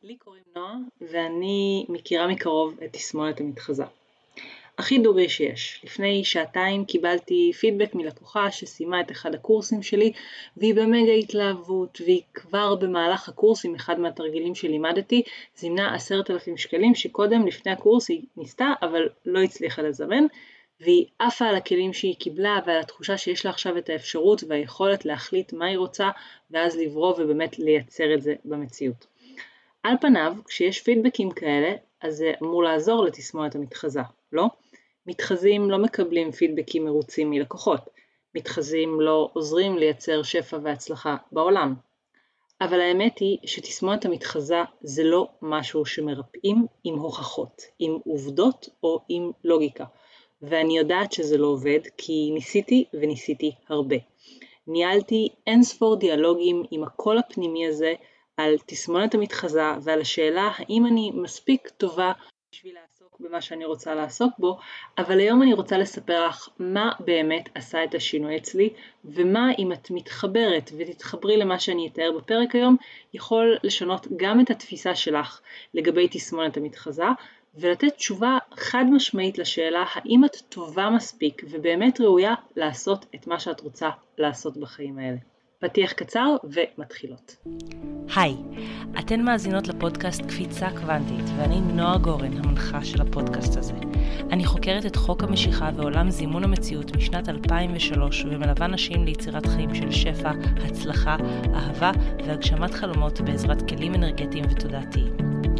לי קוראים נועה, ואני מכירה מקרוב את תסמונת המתחזה. הכי דוגרי שיש. לפני שעתיים קיבלתי פידבק מלקוחה שסיימה את אחד הקורסים שלי, והיא במגה התלהבות, והיא כבר במהלך הקורס עם אחד מהתרגילים שלימדתי, זימנה 10,000 שקלים שקודם לפני הקורס היא ניסתה, אבל לא הצליחה לזמן, והיא עפה על הכלים שהיא קיבלה ועל התחושה שיש לה עכשיו את האפשרות והיכולת להחליט מה היא רוצה, ואז לברוא ובאמת לייצר את זה במציאות. על פניו, כשיש פידבקים כאלה, אז זה אמור לעזור לתסמונת המתחזה, לא? מתחזים לא מקבלים פידבקים מרוצים מלקוחות. מתחזים לא עוזרים לייצר שפע והצלחה בעולם. אבל האמת היא שתסמונת המתחזה זה לא משהו שמרפאים עם הוכחות, עם עובדות או עם לוגיקה. ואני יודעת שזה לא עובד כי ניסיתי וניסיתי הרבה. ניהלתי אינספור דיאלוגים עם הקול הפנימי הזה, על תסמונת המתחזה ועל השאלה האם אני מספיק טובה בשביל לעסוק במה שאני רוצה לעסוק בו, אבל היום אני רוצה לספר לך מה באמת עשה את השינוי אצלי, ומה אם את מתחברת ותתחברי למה שאני אתאר בפרק היום, יכול לשנות גם את התפיסה שלך לגבי תסמונת המתחזה, ולתת תשובה חד משמעית לשאלה האם את טובה מספיק ובאמת ראויה לעשות את מה שאת רוצה לעשות בחיים האלה. פתיח קצר ומתחילות. היי, אתן מאזינות לפודקאסט קפיצה קוונטית, ואני נועה גורן, המנחה של הפודקאסט הזה. אני חוקרת את חוק המשיכה ועולם זימון המציאות משנת 2003, ומלווה נשים ליצירת חיים של שפע, הצלחה, אהבה והגשמת חלומות בעזרת כלים אנרגטיים ותודעתיים.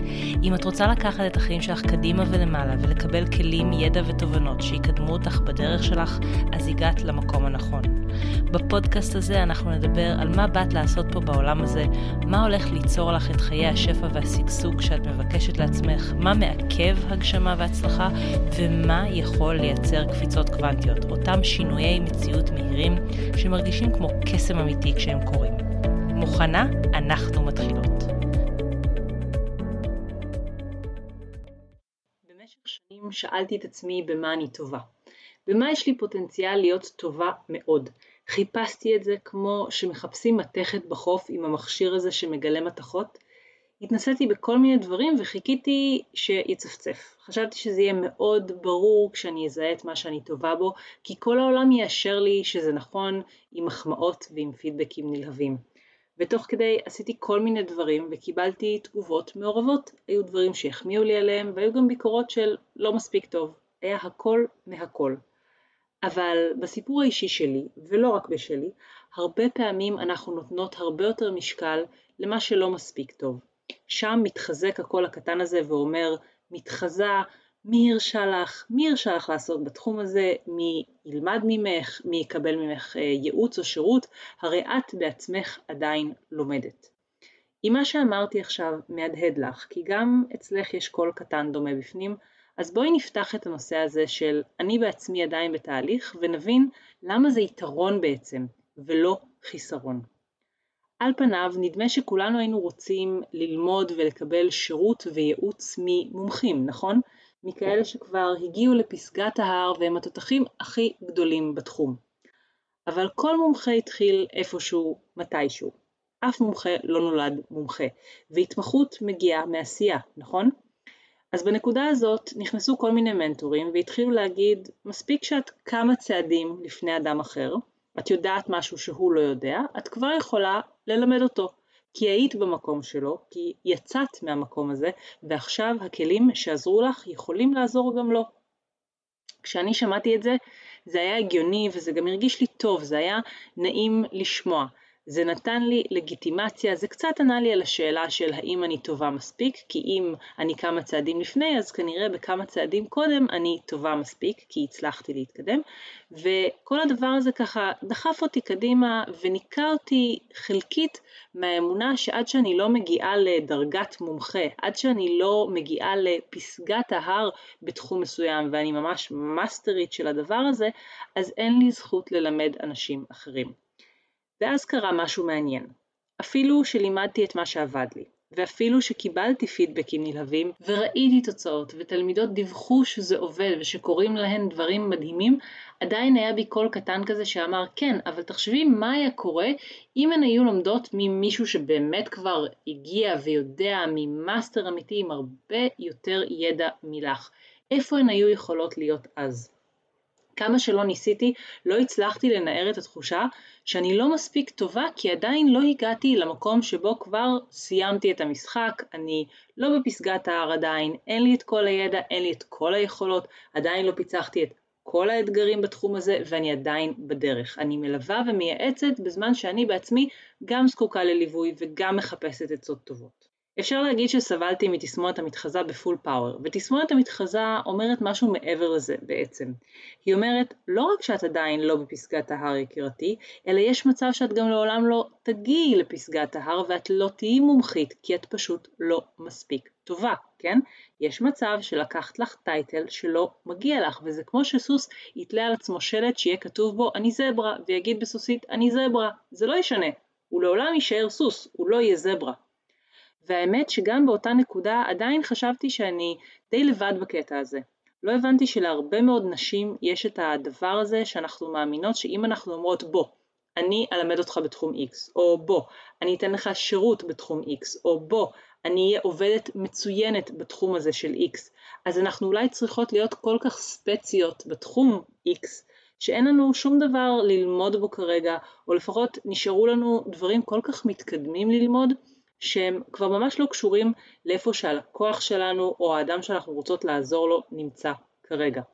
אם את רוצה לקחת את החיים שלך קדימה ולמעלה ולקבל כלים, ידע ותובנות שיקדמו אותך בדרך שלך, אז הגעת למקום הנכון. בפודקאסט הזה אנחנו נדבר על מה באת לעשות פה בעולם הזה, מה הולך ליצור לך את חיי השפע והשגשוג שאת מבקשת לעצמך, מה מעכב הגשמה והצלחה, ומה יכול לייצר קפיצות קוונטיות, אותם שינויי מציאות מהירים שמרגישים כמו קסם אמיתי כשהם קורים. מוכנה? אנחנו מתחילות. במשך שנים שאלתי את עצמי במה אני טובה. במה יש לי פוטנציאל להיות טובה מאוד. חיפשתי את זה כמו שמחפשים מתכת בחוף עם המכשיר הזה שמגלה מתכות. התנסיתי בכל מיני דברים וחיכיתי שיצפצף. חשבתי שזה יהיה מאוד ברור כשאני אזהה את מה שאני טובה בו, כי כל העולם יאשר לי שזה נכון עם מחמאות ועם פידבקים נלהבים. ותוך כדי עשיתי כל מיני דברים וקיבלתי תגובות מעורבות. היו דברים שהחמיאו לי עליהם והיו גם ביקורות של לא מספיק טוב. היה הכל מהכל. אבל בסיפור האישי שלי, ולא רק בשלי, הרבה פעמים אנחנו נותנות הרבה יותר משקל למה שלא מספיק טוב. שם מתחזק הקול הקטן הזה ואומר, מתחזה, מי הרשה לך לעשות בתחום הזה, מי ילמד ממך, מי יקבל ממך ייעוץ או שירות, הרי את בעצמך עדיין לומדת. אם מה שאמרתי עכשיו מהדהד לך, כי גם אצלך יש קול קטן דומה בפנים, אז בואי נפתח את הנושא הזה של אני בעצמי עדיין בתהליך, ונבין למה זה יתרון בעצם, ולא חיסרון. על פניו נדמה שכולנו היינו רוצים ללמוד ולקבל שירות וייעוץ ממומחים, נכון? מכאלה שכבר הגיעו לפסגת ההר והם התותחים הכי גדולים בתחום. אבל כל מומחה התחיל איפשהו, מתישהו. אף מומחה לא נולד מומחה, והתמחות מגיעה מעשייה, נכון? אז בנקודה הזאת נכנסו כל מיני מנטורים והתחילו להגיד, מספיק שאת כמה צעדים לפני אדם אחר, את יודעת משהו שהוא לא יודע, את כבר יכולה ללמד אותו, כי היית במקום שלו, כי יצאת מהמקום הזה, ועכשיו הכלים שעזרו לך יכולים לעזור גם לו. כשאני שמעתי את זה, זה היה הגיוני וזה גם הרגיש לי טוב, זה היה נעים לשמוע. זה נתן לי לגיטימציה, זה קצת ענה לי על השאלה של האם אני טובה מספיק, כי אם אני כמה צעדים לפני, אז כנראה בכמה צעדים קודם אני טובה מספיק, כי הצלחתי להתקדם, וכל הדבר הזה ככה דחף אותי קדימה, וניקה אותי חלקית מהאמונה שעד שאני לא מגיעה לדרגת מומחה, עד שאני לא מגיעה לפסגת ההר בתחום מסוים, ואני ממש מאסטרית של הדבר הזה, אז אין לי זכות ללמד אנשים אחרים. ואז קרה משהו מעניין. אפילו שלימדתי את מה שעבד לי, ואפילו שקיבלתי פידבקים נלהבים וראיתי תוצאות ותלמידות דיווחו שזה עובד ושקוראים להן דברים מדהימים, עדיין היה בי קול קטן כזה שאמר כן, אבל תחשבי מה היה קורה אם הן היו לומדות ממישהו שבאמת כבר הגיע ויודע, ממאסטר אמיתי עם הרבה יותר ידע מלך. איפה הן היו יכולות להיות אז? כמה שלא ניסיתי, לא הצלחתי לנער את התחושה שאני לא מספיק טובה, כי עדיין לא הגעתי למקום שבו כבר סיימתי את המשחק, אני לא בפסגת ההר עדיין, אין לי את כל הידע, אין לי את כל היכולות, עדיין לא פיצחתי את כל האתגרים בתחום הזה, ואני עדיין בדרך. אני מלווה ומייעצת בזמן שאני בעצמי גם זקוקה לליווי וגם מחפשת עצות טובות. אפשר להגיד שסבלתי מתסמונת המתחזה בפול פאוור, ותסמונת המתחזה אומרת משהו מעבר לזה בעצם. היא אומרת לא רק שאת עדיין לא בפסגת ההר יקירתי, אלא יש מצב שאת גם לעולם לא תגיעי לפסגת ההר ואת לא תהיי מומחית, כי את פשוט לא מספיק טובה, כן? יש מצב שלקחת לך טייטל שלא מגיע לך, וזה כמו שסוס יתלה על עצמו שלט שיהיה כתוב בו אני זברה, ויגיד בסוסית אני זברה, זה לא ישנה, הוא לעולם יישאר סוס, הוא לא יהיה זברה. והאמת שגם באותה נקודה עדיין חשבתי שאני די לבד בקטע הזה. לא הבנתי שלהרבה מאוד נשים יש את הדבר הזה שאנחנו מאמינות שאם אנחנו אומרות בוא, אני אלמד אותך בתחום X, או בוא, אני אתן לך שירות בתחום X, או בוא, אני אהיה עובדת מצוינת בתחום הזה של X, אז אנחנו אולי צריכות להיות כל כך ספציות בתחום X, שאין לנו שום דבר ללמוד בו כרגע, או לפחות נשארו לנו דברים כל כך מתקדמים ללמוד, שהם כבר ממש לא קשורים לאיפה שהלקוח שלנו או האדם שאנחנו רוצות לעזור לו נמצא כרגע.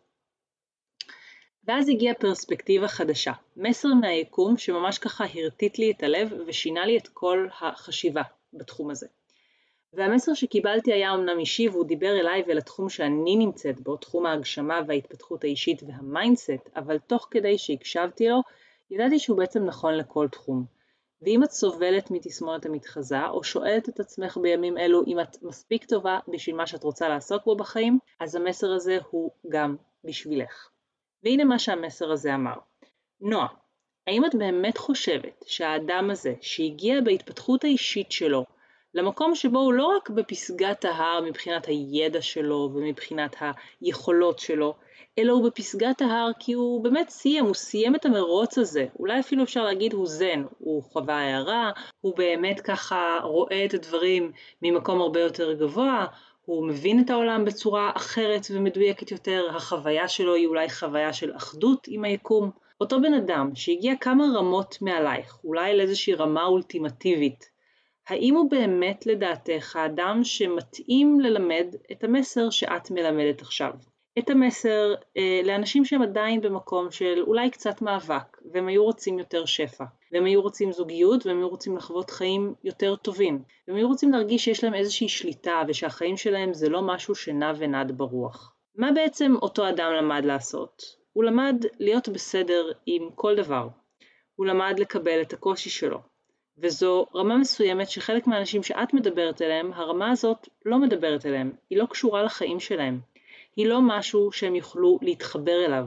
ואז הגיעה פרספקטיבה חדשה, מסר מהיקום שממש ככה הרטיט לי את הלב ושינה לי את כל החשיבה בתחום הזה. והמסר שקיבלתי היה אמנם אישי והוא דיבר אליי ולתחום שאני נמצאת בו, תחום ההגשמה וההתפתחות האישית והמיינדסט, אבל תוך כדי שהקשבתי לו, ידעתי שהוא בעצם נכון לכל תחום. ואם את סובלת מתסמונת המתחזה, או שואלת את עצמך בימים אלו אם את מספיק טובה בשביל מה שאת רוצה לעסוק בו בחיים, אז המסר הזה הוא גם בשבילך. והנה מה שהמסר הזה אמר. נועה, האם את באמת חושבת שהאדם הזה שהגיע בהתפתחות האישית שלו, למקום שבו הוא לא רק בפסגת ההר מבחינת הידע שלו ומבחינת היכולות שלו, אלא הוא בפסגת ההר כי הוא באמת סיים את המרוץ הזה, אולי אפילו אפשר להגיד הוא זן, הוא חווה הערה, הוא באמת ככה רואה את הדברים ממקום הרבה יותר גבוה, הוא מבין את העולם בצורה אחרת ומדויקת יותר, החוויה שלו היא אולי חוויה של אחדות עם היקום. אותו בן אדם שהגיע כמה רמות מעלייך, אולי לאיזושהי רמה אולטימטיבית, האם הוא באמת לדעתך האדם שמתאים ללמד את המסר שאת מלמדת עכשיו? את המסר לאנשים שהם עדיין במקום של אולי קצת מאבק, והם היו רוצים יותר שפע, והם היו רוצים זוגיות, והם היו רוצים לחוות חיים יותר טובים, והם היו רוצים להרגיש שיש להם איזושהי שליטה, ושהחיים שלהם זה לא משהו שנע ונד ברוח. מה בעצם אותו אדם למד לעשות? הוא למד להיות בסדר עם כל דבר. הוא למד לקבל את הקושי שלו. וזו רמה מסוימת שחלק מהאנשים שאת מדברת אליהם, הרמה הזאת לא מדברת אליהם, היא לא קשורה לחיים שלהם. היא לא משהו שהם יוכלו להתחבר אליו.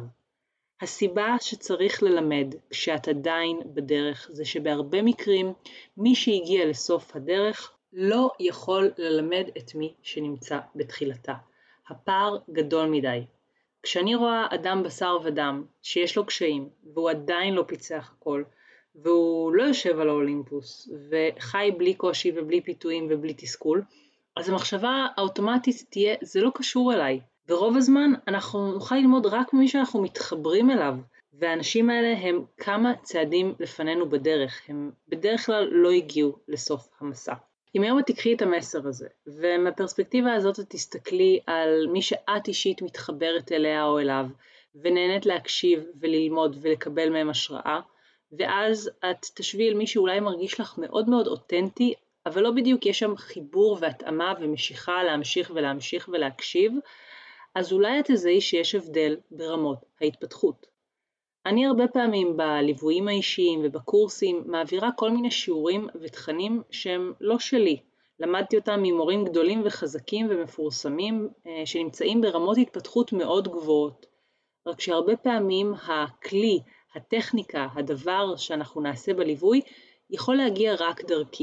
הסיבה שצריך ללמד כשאת עדיין בדרך זה שבהרבה מקרים מי שהגיע לסוף הדרך לא יכול ללמד את מי שנמצא בתחילתה. הפער גדול מדי. כשאני רואה אדם בשר ודם שיש לו קשיים והוא עדיין לא פיצח הכל, והוא לא יושב על האולימפוס וחי בלי קושי ובלי פיתויים ובלי תסכול, אז המחשבה האוטומטית תהיה זה לא קשור אליי. ברוב הזמן אנחנו נוכל ללמוד רק ממי שאנחנו מתחברים אליו, והאנשים האלה הם כמה צעדים לפנינו בדרך, הם בדרך כלל לא הגיעו לסוף המסע. אם היום את תקחי את המסר הזה, ומהפרספקטיבה הזאת תסתכלי על מי שאת אישית מתחברת אליה או אליו, ונהנית להקשיב וללמוד ולקבל מהם השראה, ואז את תשווי אל מי שאולי מרגיש לך מאוד מאוד אותנטי, אבל לא בדיוק יש שם חיבור והתאמה ומשיכה להמשיך ולהמשיך ולהקשיב, אז אולי את תזהי שיש הבדל ברמות ההתפתחות. אני הרבה פעמים בליוויים האישיים ובקורסים מעבירה כל מיני שיעורים ותכנים שהם לא שלי. למדתי אותם ממורים גדולים וחזקים ומפורסמים שנמצאים ברמות התפתחות מאוד גבוהות. רק שהרבה פעמים הכלי, הטכניקה, הדבר שאנחנו נעשה בליווי יכול להגיע רק דרכי.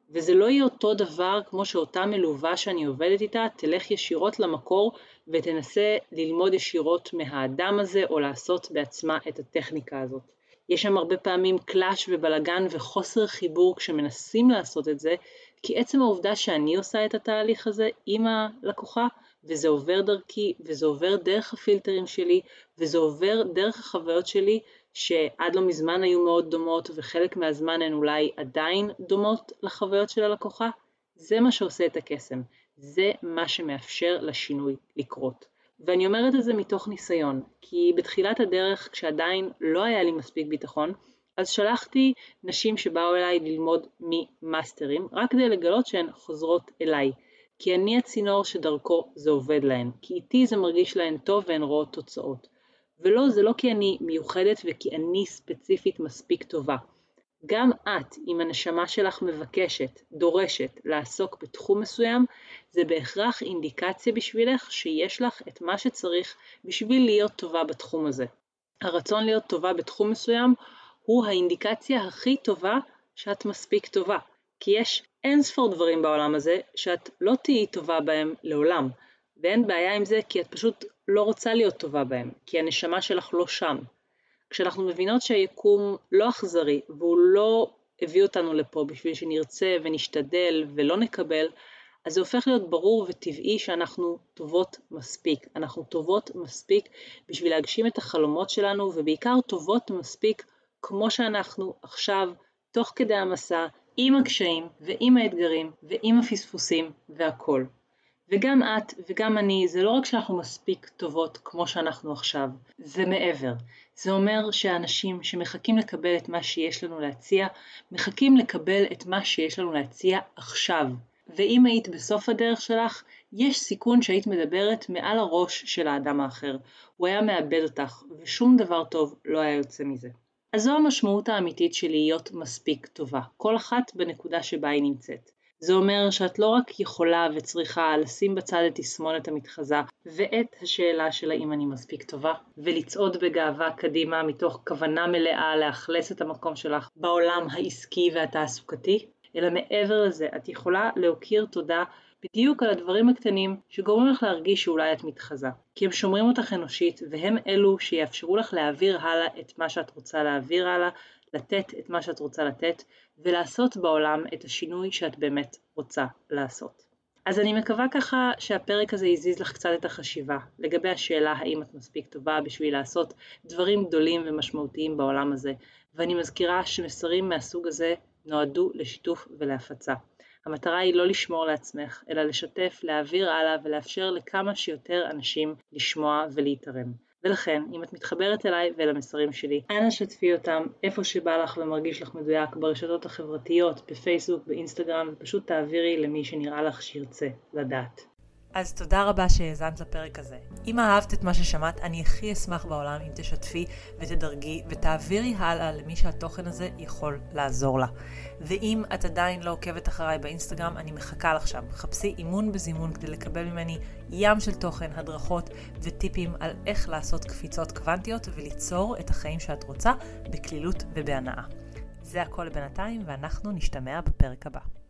וזה לא יהיה אותו דבר כמו שאותה מלווה שאני עובדת איתה תלך ישירות למקור ותנסה ללמוד ישירות מהאדם הזה או לעשות בעצמה את הטכניקה הזאת. יש שם הרבה פעמים קלאש ובלגן וחוסר חיבור כשמנסים לעשות את זה, כי עצם העובדה שאני עושה את התהליך הזה עם הלקוחה, וזה עובר דרכי, וזה עובר דרך הפילטרים שלי, וזה עובר דרך החוויות שלי, שעד לא מזמן היו מאוד דומות, וחלק מהזמן הן אולי עדיין דומות לחוויות של הלקוחה, זה מה שעושה את הקסם. זה מה שמאפשר לשינוי לקרות. ואני אומרת את זה מתוך ניסיון, כי בתחילת הדרך, כשעדיין לא היה לי מספיק ביטחון, אז שלחתי נשים שבאו אליי ללמוד ממאסטרים, רק כדי לגלות שהן חוזרות אליי. כי אני הצינור שדרכו זה עובד להן, כי איתי זה מרגיש להן טוב והן רואות תוצאות. ולא, זה לא כי אני מיוחדת וכי אני ספציפית מספיק טובה. גם את, אם הנשמה שלך מבקשת, דורשת, לעסוק בתחום מסוים, זה בהכרח אינדיקציה בשבילך שיש לך את מה שצריך בשביל להיות טובה בתחום הזה. הרצון להיות טובה בתחום מסוים הוא האינדיקציה הכי טובה שאת מספיק טובה. כי יש אין ספור דברים בעולם הזה שאת לא תהיי טובה בהם לעולם. ואין בעיה עם זה כי את פשוט לא רוצה להיות טובה בהם, כי הנשמה שלך לא שם. כשאנחנו מבינות שהיקום לא אכזרי, והוא לא הביא אותנו לפה בשביל שנרצה ונשתדל ולא נקבל, אז זה הופך להיות ברור וטבעי שאנחנו טובות מספיק. אנחנו טובות מספיק בשביל להגשים את החלומות שלנו, ובעיקר טובות מספיק כמו שאנחנו עכשיו, תוך כדי המסע, עם הקשיים ועם האתגרים ועם הפספוסים והכל. וגם את וגם אני, זה לא רק שאנחנו מספיק טובות כמו שאנחנו עכשיו, זה מעבר. זה אומר שהאנשים שמחכים לקבל את מה שיש לנו להציע, מחכים לקבל את מה שיש לנו להציע עכשיו. ואם היית בסוף הדרך שלך, יש סיכון שהיית מדברת מעל הראש של האדם האחר. הוא היה מאבד אותך, ושום דבר טוב לא היה יוצא מזה. אז זו המשמעות האמיתית של להיות מספיק טובה, כל אחת בנקודה שבה היא נמצאת. זה אומר שאת לא רק יכולה וצריכה לשים בצד את תסמונת המתחזה ואת השאלה של האם אני מספיק טובה, ולצעוד בגאווה קדימה מתוך כוונה מלאה לאכלס את המקום שלך בעולם העסקי והתעסוקתי, אלא מעבר לזה את יכולה להוקיר תודה בדיוק על הדברים הקטנים שגורמים לך להרגיש שאולי את מתחזה. כי הם שומרים אותך אנושית והם אלו שיאפשרו לך להעביר הלאה את מה שאת רוצה להעביר הלאה, לתת את מה שאת רוצה לתת ולעשות בעולם את השינוי שאת באמת רוצה לעשות. אז אני מקווה ככה שהפרק הזה יזיז לך קצת את החשיבה לגבי השאלה האם את מספיק טובה בשביל לעשות דברים גדולים ומשמעותיים בעולם הזה, ואני מזכירה שמסרים מהסוג הזה נועדו לשיתוף ולהפצה. המטרה היא לא לשמור לעצמך, אלא לשתף, להעביר הלאה ולאפשר לכמה שיותר אנשים לשמוע ולהתערם. ולכן, אם את מתחברת אליי ולמסרים שלי, אנא שתפי אותם איפה שבא לך ומרגיש לך מדויק, ברשתות החברתיות, בפייסבוק, באינסטגרם, ופשוט תעבירי למי שנראה לך שירצה לדעת. אז תודה רבה שהאזנת לפרק הזה. אם אהבת את מה ששמעת, אני הכי אשמח בעולם אם תשתפי ותדרגי ותעבירי הלאה למי שהתוכן הזה יכול לעזור לה. ואם את עדיין לא עוקבת אחריי באינסטגרם, אני מחכה לך שם. חפשי אימון בזימון כדי לקבל ממני ים של תוכן, הדרכות וטיפים על איך לעשות קפיצות קוונטיות וליצור את החיים שאת רוצה בקלילות ובהנאה. זה הכל לבינתיים ואנחנו נשתמע בפרק הבא.